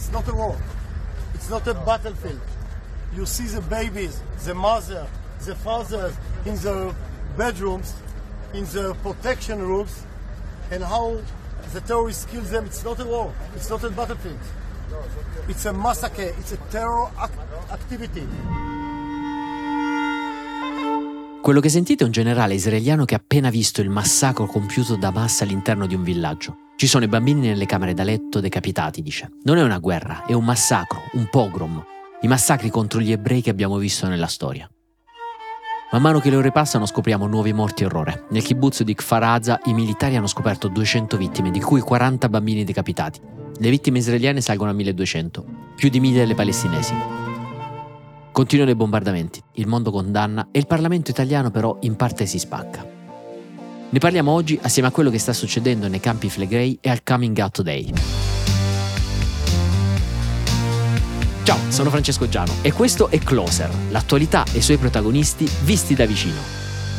It's not a war. It's not a battlefield. You see the babies, the mother, the fathers in the bedrooms, in the protection rooms, and how the terrorists kill them. It's not a war. It's not a battlefield. It's a massacre. It's a terror activity. Quello che sentite è un generale israeliano che ha appena visto il massacro compiuto da Hamas all'interno di un villaggio. Ci sono i bambini nelle camere da letto decapitati, dice. Non è una guerra, è un massacro, un pogrom. I massacri contro gli ebrei che abbiamo visto nella storia. Man mano che le ore passano scopriamo nuovi morti e orrore. Nel kibbutz di Kfar Aza i militari hanno scoperto 200 vittime, di cui 40 bambini decapitati. Le vittime israeliane salgono a 1200, più di 1000 le palestinesi. Continuano i bombardamenti, il mondo condanna e il Parlamento italiano però in parte si spacca. Ne parliamo oggi assieme a quello che sta succedendo nei campi Flegrei e al Coming Out Day. Ciao, sono Francesco Giano e questo è Closer, l'attualità e i suoi protagonisti visti da vicino.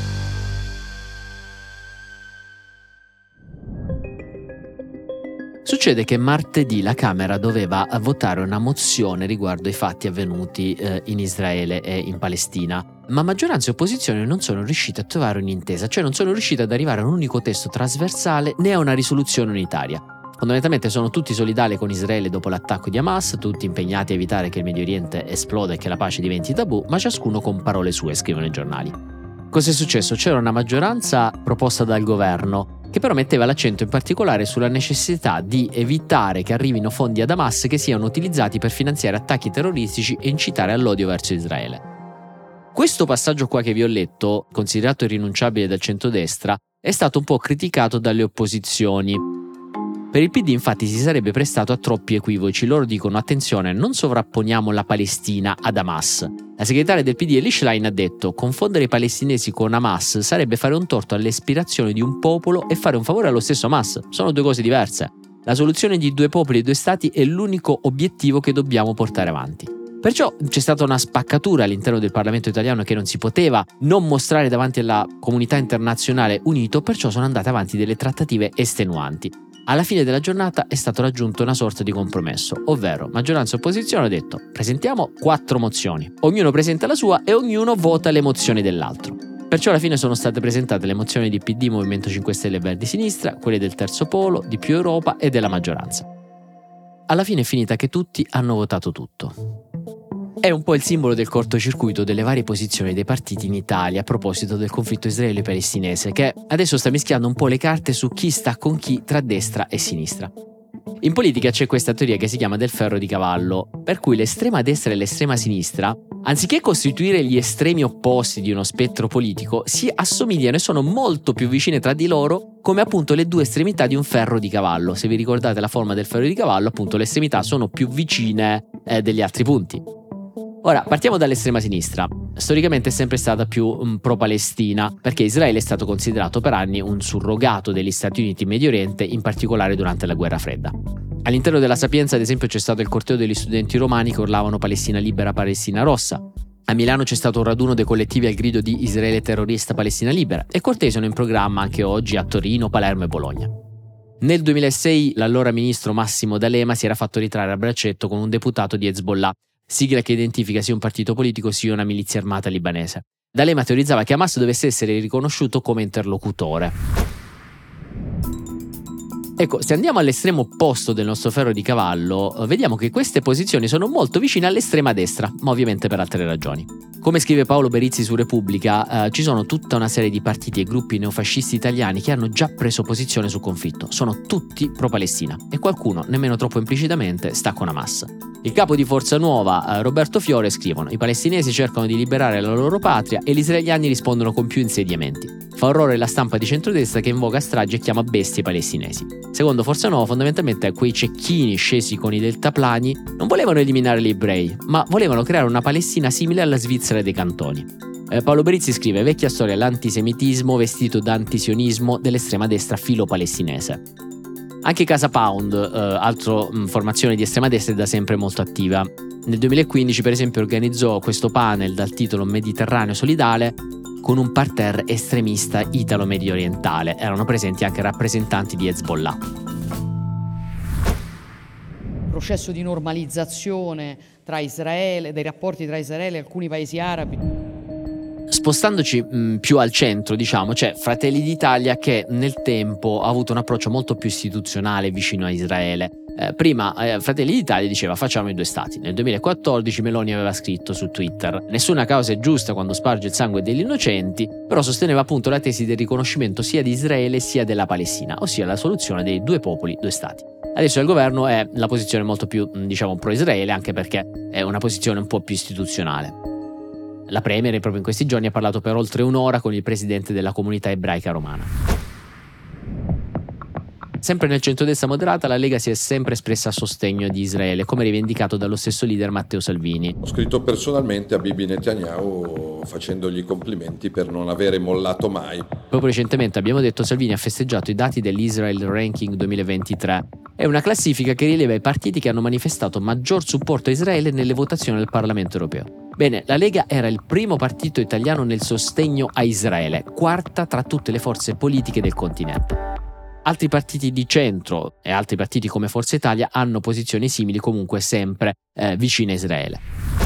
Succede che martedì la Camera doveva votare una mozione riguardo ai fatti avvenuti in Israele e in Palestina, ma maggioranza e opposizione non sono riuscite a trovare un'intesa, cioè non sono riuscite a arrivare a un unico testo trasversale né a una risoluzione unitaria. Fondamentalmente sono tutti solidali con Israele dopo l'attacco di Hamas, tutti impegnati a evitare che il Medio Oriente esploda e che la pace diventi tabù, ma ciascuno con parole sue, scrivono i giornali. Cos'è successo? C'era una maggioranza proposta dal governo, che però metteva l'accento in particolare sulla necessità di evitare che arrivino fondi ad Hamas che siano utilizzati per finanziare attacchi terroristici e incitare all'odio verso Israele. Questo passaggio qua che vi ho letto, considerato irrinunciabile dal centrodestra, è stato un po' criticato dalle opposizioni. Per il PD infatti si sarebbe prestato a troppi equivoci. Loro dicono attenzione, non sovrapponiamo la Palestina ad Hamas. La segretaria del PD Elie Schlein ha detto confondere i palestinesi con Hamas sarebbe fare un torto alle aspirazioni di un popolo e fare un favore allo stesso Hamas. Sono due cose diverse. La soluzione di due popoli e due stati è l'unico obiettivo che dobbiamo portare avanti. Perciò c'è stata una spaccatura all'interno del Parlamento italiano che non si poteva non mostrare davanti alla comunità internazionale unito, perciò sono andate avanti delle trattative estenuanti. Alla fine della giornata è stato raggiunto una sorta di compromesso, ovvero maggioranza e opposizione hanno detto presentiamo 4 mozioni, ognuno presenta la sua e ognuno vota le mozioni dell'altro. Perciò alla fine sono state presentate le mozioni di PD, Movimento 5 Stelle e Verdi Sinistra, quelle del Terzo Polo, di Più Europa e della maggioranza. Alla fine è finita che tutti hanno votato tutto. È un po' il simbolo del cortocircuito delle varie posizioni dei partiti in Italia a proposito del conflitto israelo-palestinese, che adesso sta mischiando un po' le carte su chi sta con chi tra destra e sinistra. In politica c'è questa teoria che si chiama del ferro di cavallo, per cui l'estrema destra e l'estrema sinistra, anziché costituire gli estremi opposti di uno spettro politico, si assomigliano e sono molto più vicine tra di loro come appunto le due estremità di un ferro di cavallo. Se vi ricordate la forma del ferro di cavallo, appunto le estremità sono più vicine degli altri punti. Ora, partiamo dall'estrema sinistra. Storicamente è sempre stata più pro-Palestina, perché Israele è stato considerato per anni un surrogato degli Stati Uniti in Medio Oriente, in particolare durante la Guerra Fredda. All'interno della Sapienza, ad esempio, c'è stato il corteo degli studenti romani che urlavano Palestina libera, Palestina rossa. A Milano c'è stato un raduno dei collettivi al grido di Israele terrorista, Palestina libera, e cortei sono in programma anche oggi a Torino, Palermo e Bologna. Nel 2006 l'allora ministro Massimo D'Alema si era fatto ritrarre a braccetto con un deputato di Hezbollah, sigla che identifica sia un partito politico sia una milizia armata libanese. D'Alema teorizzava che Hamas dovesse essere riconosciuto come interlocutore. Ecco, se andiamo all'estremo opposto del nostro ferro di cavallo, vediamo che queste posizioni sono molto vicine all'estrema destra, ma ovviamente per altre ragioni. Come scrive Paolo Berizzi su Repubblica, ci sono tutta una serie di partiti e gruppi neofascisti italiani che hanno già preso posizione sul conflitto. Sono tutti pro-Palestina e qualcuno, nemmeno troppo implicitamente, sta con Hamas. Il capo di Forza Nuova, Roberto Fiore, scrivono: i palestinesi cercano di liberare la loro patria e gli israeliani rispondono con più insediamenti. Fa orrore la stampa di centrodestra che invoca stragi e chiama bestie i palestinesi. Secondo Forza Nuova, fondamentalmente quei cecchini scesi con i deltaplani non volevano eliminare gli ebrei, ma volevano creare una Palestina simile alla Svizzera dei cantoni. Paolo Berizzi scrive: vecchia storia, l'antisemitismo vestito da antisionismo dell'estrema destra filo-palestinese. Anche Casa Pound, altra formazione di estrema destra, è da sempre molto attiva. Nel 2015, per esempio, organizzò questo panel dal titolo Mediterraneo solidale con un parterre estremista italo-medio orientale. Erano presenti anche rappresentanti di Hezbollah. processo di normalizzazione tra Israele, dei rapporti tra Israele e alcuni paesi arabi. Spostandoci più al centro, diciamo, c'è Fratelli d'Italia che nel tempo ha avuto un approccio molto più istituzionale vicino a Israele. Prima Fratelli d'Italia diceva facciamo i due stati. Nel 2014 Meloni aveva scritto su Twitter: nessuna causa è giusta quando sparge il sangue degli innocenti, però sosteneva appunto la tesi del riconoscimento sia di Israele sia della Palestina, ossia la soluzione dei due popoli, due stati. Adesso al governo è la posizione molto più, diciamo, pro-Israele, anche perché è una posizione un po' più istituzionale. La Premier proprio in questi giorni ha parlato per oltre un'ora con il presidente della comunità ebraica romana. Sempre nel centrodestra moderata, la Lega si è sempre espressa a sostegno di Israele, come rivendicato dallo stesso leader Matteo Salvini. Ho scritto personalmente a Bibi Netanyahu facendogli i complimenti per non avere mollato mai. Proprio recentemente, abbiamo detto, Salvini ha festeggiato i dati dell'Israel Ranking 2023. È una classifica che rileva i partiti che hanno manifestato maggior supporto a Israele nelle votazioni del Parlamento europeo. Bene, la Lega era il primo partito italiano nel sostegno a Israele, quarta tra tutte le forze politiche del continente. Altri partiti di centro e altri partiti come Forza Italia hanno posizioni simili, comunque sempre vicine a Israele.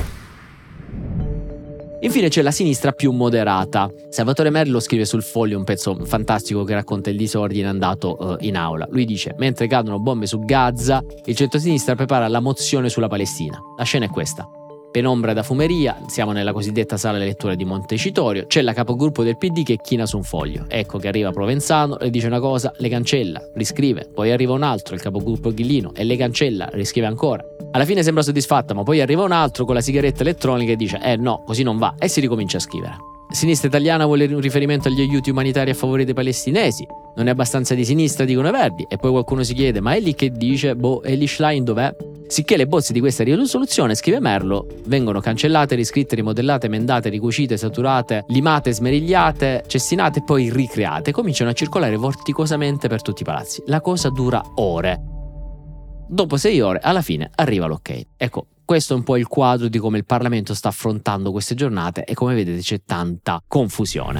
Infine c'è la sinistra più moderata. Salvatore Merlo scrive sul Foglio un pezzo fantastico che racconta il disordine andato in aula. Lui dice: mentre cadono bombe su Gaza, il centrosinistra prepara la mozione sulla Palestina. La scena è questa: penombra da fumeria, siamo nella cosiddetta sala lettura di Montecitorio, c'è la capogruppo del PD che china su un foglio. Ecco che arriva Provenzano, le dice una cosa, le cancella, riscrive, poi arriva un altro, il capogruppo Ghillino, e le cancella, riscrive ancora. Alla fine sembra soddisfatta, ma poi arriva un altro con la sigaretta elettronica e dice no, così non va, e si ricomincia a scrivere. Sinistra italiana vuole un riferimento agli aiuti umanitari a favore dei palestinesi, non è abbastanza di sinistra, dicono i Verdi, e poi qualcuno si chiede: ma è lì che dice, Eli Schlein dov'è? Sicché le bozze di questa risoluzione, scrive Merlo, vengono cancellate, riscritte, rimodellate, emendate, ricucite, saturate, limate, smerigliate, cestinate e poi ricreate. Cominciano a circolare vorticosamente per tutti i palazzi. La cosa dura ore. Dopo 6 ore, alla fine, arriva l'ok. Ecco, questo è un po' il quadro di come il Parlamento sta affrontando queste giornate e come vedete c'è tanta confusione.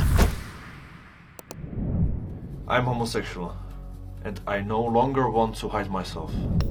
I'm homosexual and I no longer want to hide myself.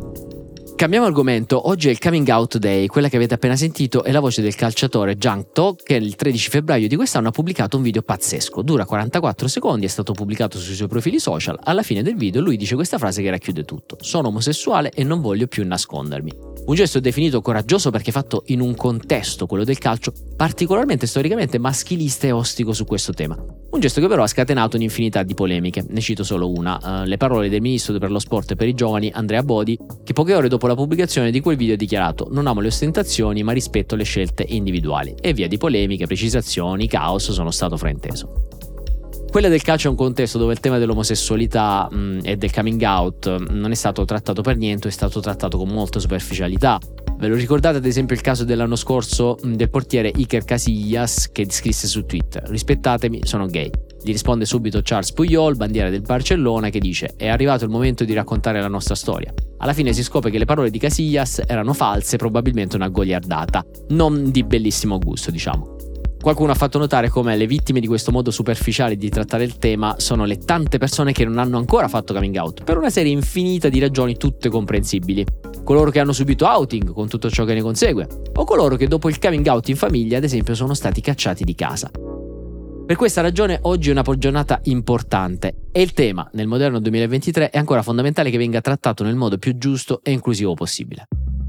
Cambiamo argomento, oggi è il Coming Out Day, quella che avete appena sentito è la voce del calciatore Jang To, che il 13 febbraio di quest'anno ha pubblicato un video pazzesco, dura 44 secondi, è stato pubblicato sui suoi profili social. Alla fine del video lui dice questa frase che racchiude tutto: sono omosessuale e non voglio più nascondermi. Un gesto definito coraggioso perché fatto in un contesto, quello del calcio, particolarmente storicamente maschilista e ostico su questo tema. Un gesto che però ha scatenato un'infinità di polemiche, ne cito solo una, le parole del ministro per lo sport e per i giovani Andrea Bodi, che poche ore dopo la pubblicazione di quel video ha dichiarato: non amo le ostentazioni ma rispetto le scelte individuali, e via di polemiche, precisazioni, caos, sono stato frainteso. Quella del calcio è un contesto dove il tema dell'omosessualità e del coming out non è stato trattato per niente, è stato trattato con molta superficialità. Ve lo ricordate ad esempio il caso dell'anno scorso del portiere Iker Casillas che scrisse su Twitter: rispettatemi, sono gay. Gli risponde subito Charles Puyol, bandiera del Barcellona, che dice: è arrivato il momento di raccontare la nostra storia. Alla fine si scopre che le parole di Casillas erano false, probabilmente una goliardata, non di bellissimo gusto, diciamo. Qualcuno ha fatto notare come le vittime di questo modo superficiale di trattare il tema sono le tante persone che non hanno ancora fatto coming out, per una serie infinita di ragioni tutte comprensibili. Coloro che hanno subito outing con tutto ciò che ne consegue, o coloro che dopo il coming out in famiglia, ad esempio, sono stati cacciati di casa. Per questa ragione oggi è una giornata importante e il tema, nel moderno 2023, è ancora fondamentale che venga trattato nel modo più giusto e inclusivo possibile.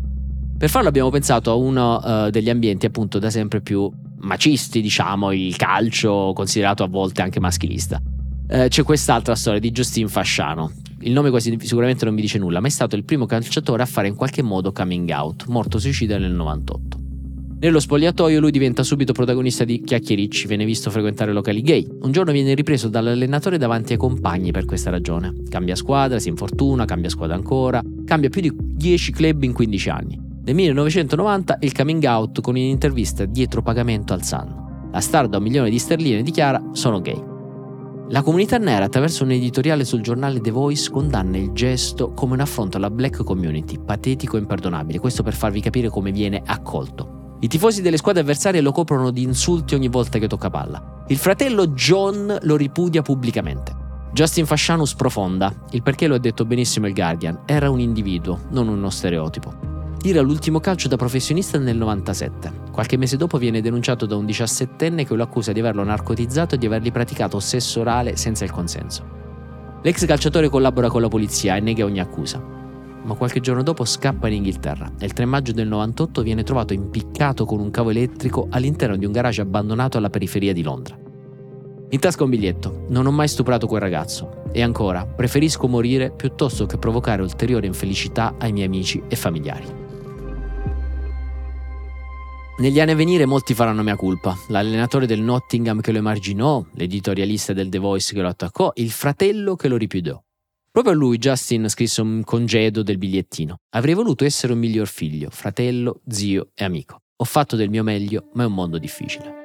Per farlo abbiamo pensato a uno degli ambienti appunto da sempre più macisti, diciamo, il calcio, considerato a volte anche maschilista. C'è quest'altra storia di Justin Fasciano. Il nome quasi sicuramente non vi dice nulla, ma è stato il primo calciatore a fare in qualche modo coming out, morto suicida nel 98. Nello spogliatoio lui diventa subito protagonista di chiacchiericci, viene visto frequentare locali gay. Un giorno viene ripreso dall'allenatore davanti ai compagni per questa ragione. Cambia squadra, si infortuna, cambia squadra ancora, cambia più di 10 club in 15 anni. Nel 1990 il coming out con un'intervista dietro pagamento al Sun. La star da $1 milione di sterline dichiara: sono gay. La comunità nera, attraverso un editoriale sul giornale The Voice, condanna il gesto come un affronto alla black community, patetico e imperdonabile. Questo per farvi capire come viene accolto. I tifosi delle squadre avversarie lo coprono di insulti ogni volta che tocca palla. Il fratello John lo ripudia pubblicamente. Justin Fasciano sprofonda. Il perché lo ha detto benissimo il Guardian: era un individuo, non uno stereotipo. tira l'ultimo calcio da professionista nel 97. Qualche mese dopo viene denunciato da un 17enne che lo accusa di averlo narcotizzato e di avergli praticato sesso orale senza il consenso. L'ex calciatore collabora con la polizia e nega ogni accusa. Ma qualche giorno dopo scappa in Inghilterra e il 3 maggio del 98 viene trovato impiccato con un cavo elettrico all'interno di un garage abbandonato alla periferia di Londra. In tasca un biglietto: non ho mai stuprato quel ragazzo e ancora preferisco morire piuttosto che provocare ulteriore infelicità ai miei amici e familiari. Negli anni a venire molti faranno mea culpa: l'allenatore del Nottingham che lo emarginò, l'editorialista del The Voice che lo attaccò, il fratello che lo ripudiò. Proprio a lui Justin scrisse un congedo del bigliettino: avrei voluto essere un miglior figlio, fratello, zio e amico. Ho fatto del mio meglio, ma è un mondo difficile.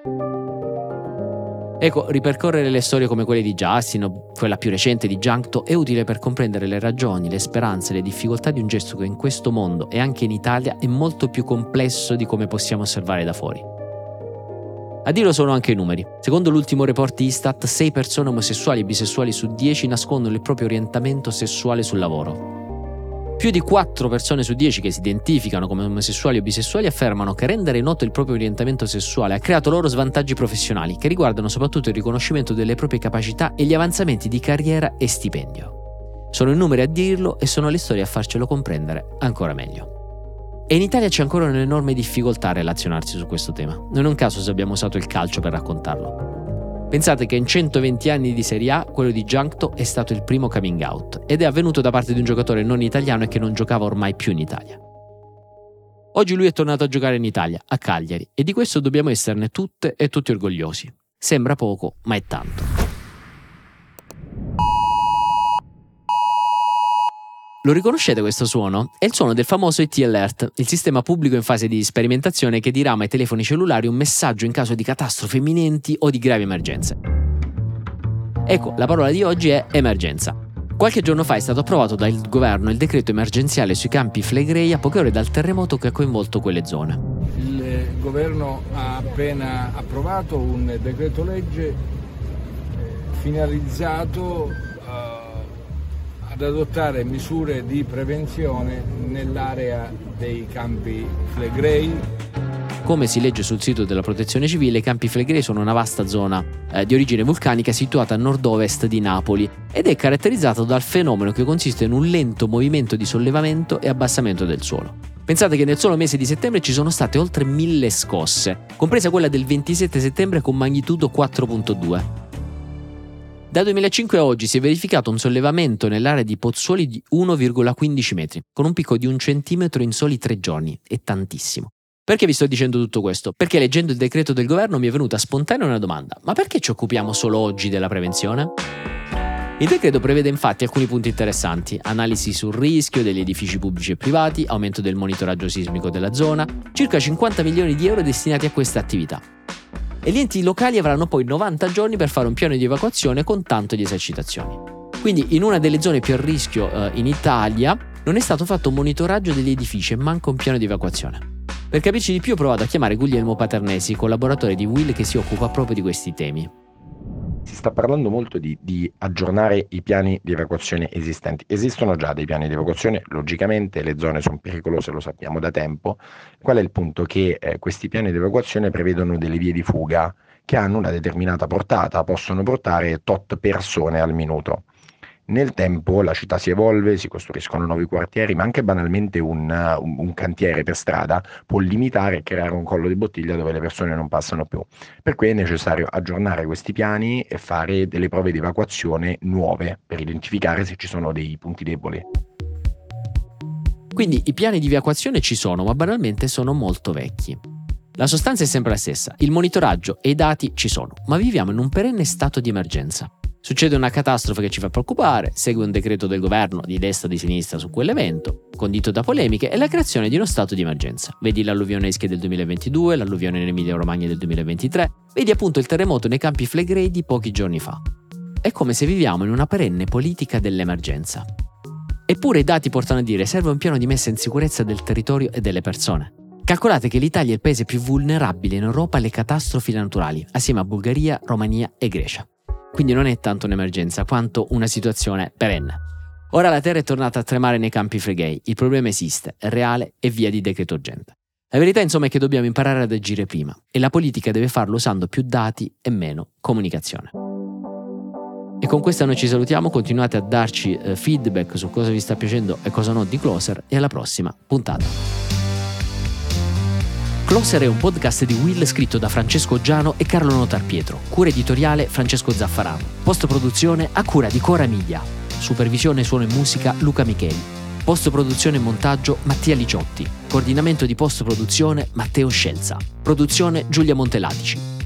Ecco, ripercorrere le storie come quelle di Justin o quella più recente di Giancto è utile per comprendere le ragioni, le speranze, le difficoltà di un gesto che in questo mondo e anche in Italia è molto più complesso di come possiamo osservare da fuori. A dirlo sono anche i numeri. Secondo l'ultimo report Istat, 6 persone omosessuali e bisessuali su 10 nascondono il proprio orientamento sessuale sul lavoro. Più di 4 persone su 10 che si identificano come omosessuali o bisessuali affermano che rendere noto il proprio orientamento sessuale ha creato loro svantaggi professionali che riguardano soprattutto il riconoscimento delle proprie capacità e gli avanzamenti di carriera e stipendio. Sono i numeri a dirlo e sono le storie a farcelo comprendere ancora meglio. E in Italia c'è ancora un'enorme difficoltà a relazionarsi su questo tema. Non è un caso se abbiamo usato il calcio per raccontarlo. Pensate che in 120 anni di Serie A, quello di Giancto è stato il primo coming out ed è avvenuto da parte di un giocatore non italiano e che non giocava ormai più in Italia. Oggi lui è tornato a giocare in Italia, a Cagliari, e di questo dobbiamo esserne tutte e tutti orgogliosi. Sembra poco, ma è tanto. Lo riconoscete questo suono? È il suono del famoso IT Alert, il sistema pubblico in fase di sperimentazione che dirama ai telefoni cellulari un messaggio in caso di catastrofi imminenti o di gravi emergenze. Ecco, la parola di oggi è emergenza. Qualche giorno fa è stato approvato dal governo il decreto emergenziale sui campi Flegrei a poche ore dal terremoto che ha coinvolto quelle zone. Il governo ha appena approvato un decreto legge finalizzato ad adottare misure di prevenzione nell'area dei campi Flegrei. Come si legge sul sito della Protezione Civile, i campi Flegrei sono una vasta zona di origine vulcanica situata a nord-ovest di Napoli ed è caratterizzato dal fenomeno che consiste in un lento movimento di sollevamento e abbassamento del suolo. Pensate che nel solo mese di settembre ci sono state oltre 1000 scosse, compresa quella del 27 settembre con magnitudo 4.2. Dal 2005 a oggi si è verificato un sollevamento nell'area di Pozzuoli di 1,15 metri, con un picco di 1 centimetro in soli 3 giorni. È tantissimo. Perché vi sto dicendo tutto questo? Perché leggendo il decreto del governo mi è venuta spontanea una domanda: ma perché ci occupiamo solo oggi della prevenzione? Il decreto prevede infatti alcuni punti interessanti: analisi sul rischio degli edifici pubblici e privati, aumento del monitoraggio sismico della zona, circa 50 milioni di euro destinati a questa attività. E gli enti locali avranno poi 90 giorni per fare un piano di evacuazione con tanto di esercitazioni. Quindi in una delle zone più a rischio in Italia non è stato fatto un monitoraggio degli edifici e manca un piano di evacuazione. Per capirci di più ho provato a chiamare Guglielmo Paternesi, collaboratore di Will che si occupa proprio di questi temi. Si sta parlando molto di aggiornare i piani di evacuazione esistenti. Esistono già dei piani di evacuazione, logicamente le zone sono pericolose, lo sappiamo da tempo. Qual è il punto? Che questi piani di evacuazione prevedono delle vie di fuga che hanno una determinata portata, possono portare tot persone al minuto. Nel tempo la città si evolve, si costruiscono nuovi quartieri, ma anche banalmente un cantiere per strada può limitare e creare un collo di bottiglia dove le persone non passano più. Per cui è necessario aggiornare questi piani e fare delle prove di evacuazione nuove per identificare se ci sono dei punti deboli. Quindi i piani di evacuazione ci sono, ma banalmente sono molto vecchi. La sostanza è sempre la stessa, il monitoraggio e i dati ci sono, ma viviamo in un perenne stato di emergenza. Succede una catastrofe che ci fa preoccupare, segue un decreto del governo di destra o di sinistra su quell'evento, condito da polemiche, e la creazione di uno stato di emergenza. Vedi l'alluvione a Ischia del 2022, l'alluvione in Emilia-Romagna del 2023, vedi appunto il terremoto nei campi Flegrei di pochi giorni fa. È come se viviamo in una perenne politica dell'emergenza. Eppure i dati portano a dire che serve un piano di messa in sicurezza del territorio e delle persone. Calcolate che l'Italia è il paese più vulnerabile in Europa alle catastrofi naturali, assieme a Bulgaria, Romania e Grecia. Quindi non è tanto un'emergenza quanto una situazione perenne. Ora la terra è tornata a tremare nei Campi Flegrei, il problema esiste, è reale e via di decreto urgente. La verità insomma è che dobbiamo imparare ad agire prima e la politica deve farlo usando più dati e meno comunicazione. E con questa noi ci salutiamo, continuate a darci feedback su cosa vi sta piacendo e cosa no di Closer e alla prossima puntata. Closer è un podcast di Will scritto da Francesco Giano e Carlo Notarpietro, cura editoriale Francesco Zaffarano, post-produzione a cura di Cora Miglia, supervisione suono e musica Luca Micheli, post-produzione e montaggio Mattia Liciotti, coordinamento di post-produzione Matteo Scelza, produzione Giulia Montelatici.